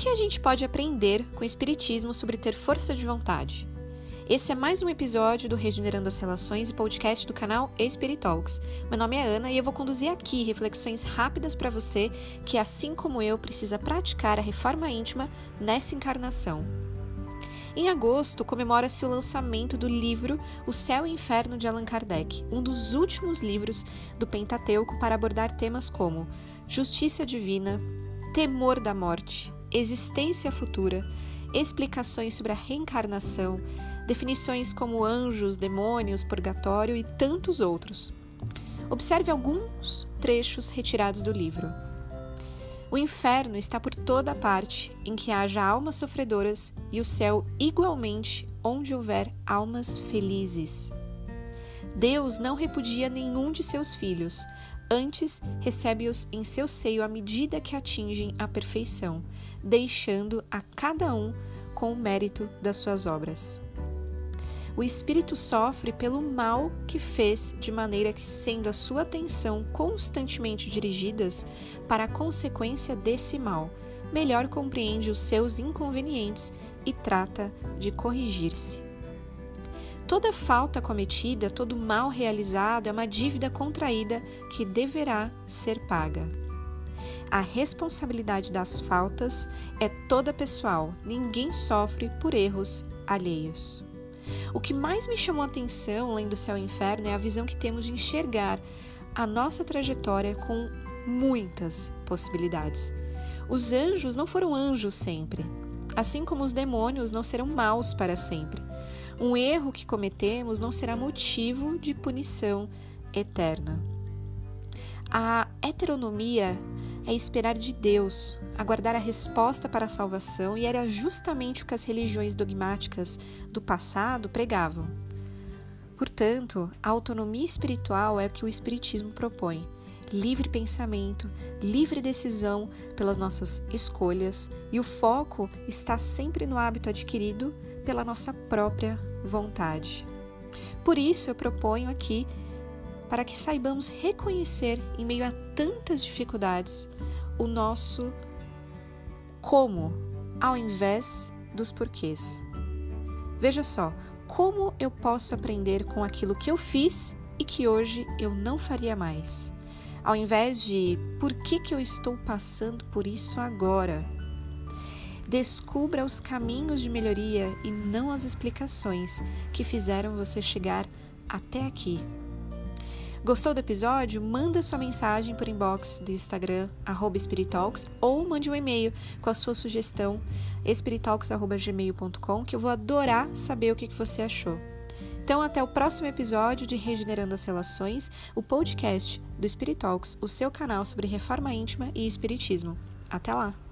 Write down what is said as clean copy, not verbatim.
que a gente pode aprender com o Espiritismo sobre ter força de vontade? Esse é mais um episódio do Regenerando as Relações e podcast do canal Espiritalks. Meu nome é Ana e eu vou conduzir aqui reflexões rápidas para você que, assim como eu, precisa praticar a reforma íntima nessa encarnação. Em agosto, comemora-se o lançamento do livro O Céu e o Inferno de Allan Kardec, um dos últimos livros do Pentateuco para abordar temas como justiça divina, temor da morte, existência futura, explicações sobre a reencarnação, definições como anjos, demônios, purgatório e tantos outros. Observe alguns trechos retirados do livro. O inferno está por toda parte em que haja almas sofredoras e o céu igualmente onde houver almas felizes. Deus não repudia nenhum de seus filhos, antes recebe-os em seu seio à medida que atingem a perfeição, deixando a cada um com o mérito das suas obras. O espírito sofre pelo mal que fez, de maneira que, sendo a sua atenção constantemente dirigidas para a consequência desse mal, melhor compreende os seus inconvenientes e trata de corrigir-se. Toda falta cometida, todo mal realizado é uma dívida contraída que deverá ser paga. A responsabilidade das faltas é toda pessoal, ninguém sofre por erros alheios. O que mais me chamou a atenção, além do céu e inferno, é a visão que temos de enxergar a nossa trajetória com muitas possibilidades. Os anjos não foram anjos sempre, assim como os demônios não serão maus para sempre. Um erro que cometemos não será motivo de punição eterna. A heteronomia é esperar de Deus, aguardar a resposta para a salvação, e era justamente o que as religiões dogmáticas do passado pregavam. Portanto, a autonomia espiritual é o que o Espiritismo propõe: livre pensamento, livre decisão pelas nossas escolhas, e o foco está sempre no hábito adquirido pela nossa própria vontade. Por isso, eu proponho aqui para que saibamos reconhecer, em meio a tantas dificuldades, o nosso como, ao invés dos porquês. Veja só, como eu posso aprender com aquilo que eu fiz e que hoje eu não faria mais? Ao invés de por que eu estou passando por isso agora? Descubra os caminhos de melhoria e não as explicações que fizeram você chegar até aqui. Gostou do episódio? Manda sua mensagem por inbox do Instagram, @espiritalks, ou mande um e-mail com a sua sugestão, espiritalks@gmail.com, que eu vou adorar saber o que você achou. Então, até o próximo episódio de Regenerando as Relações, o podcast do Espiritalks, o seu canal sobre reforma íntima e espiritismo. Até lá!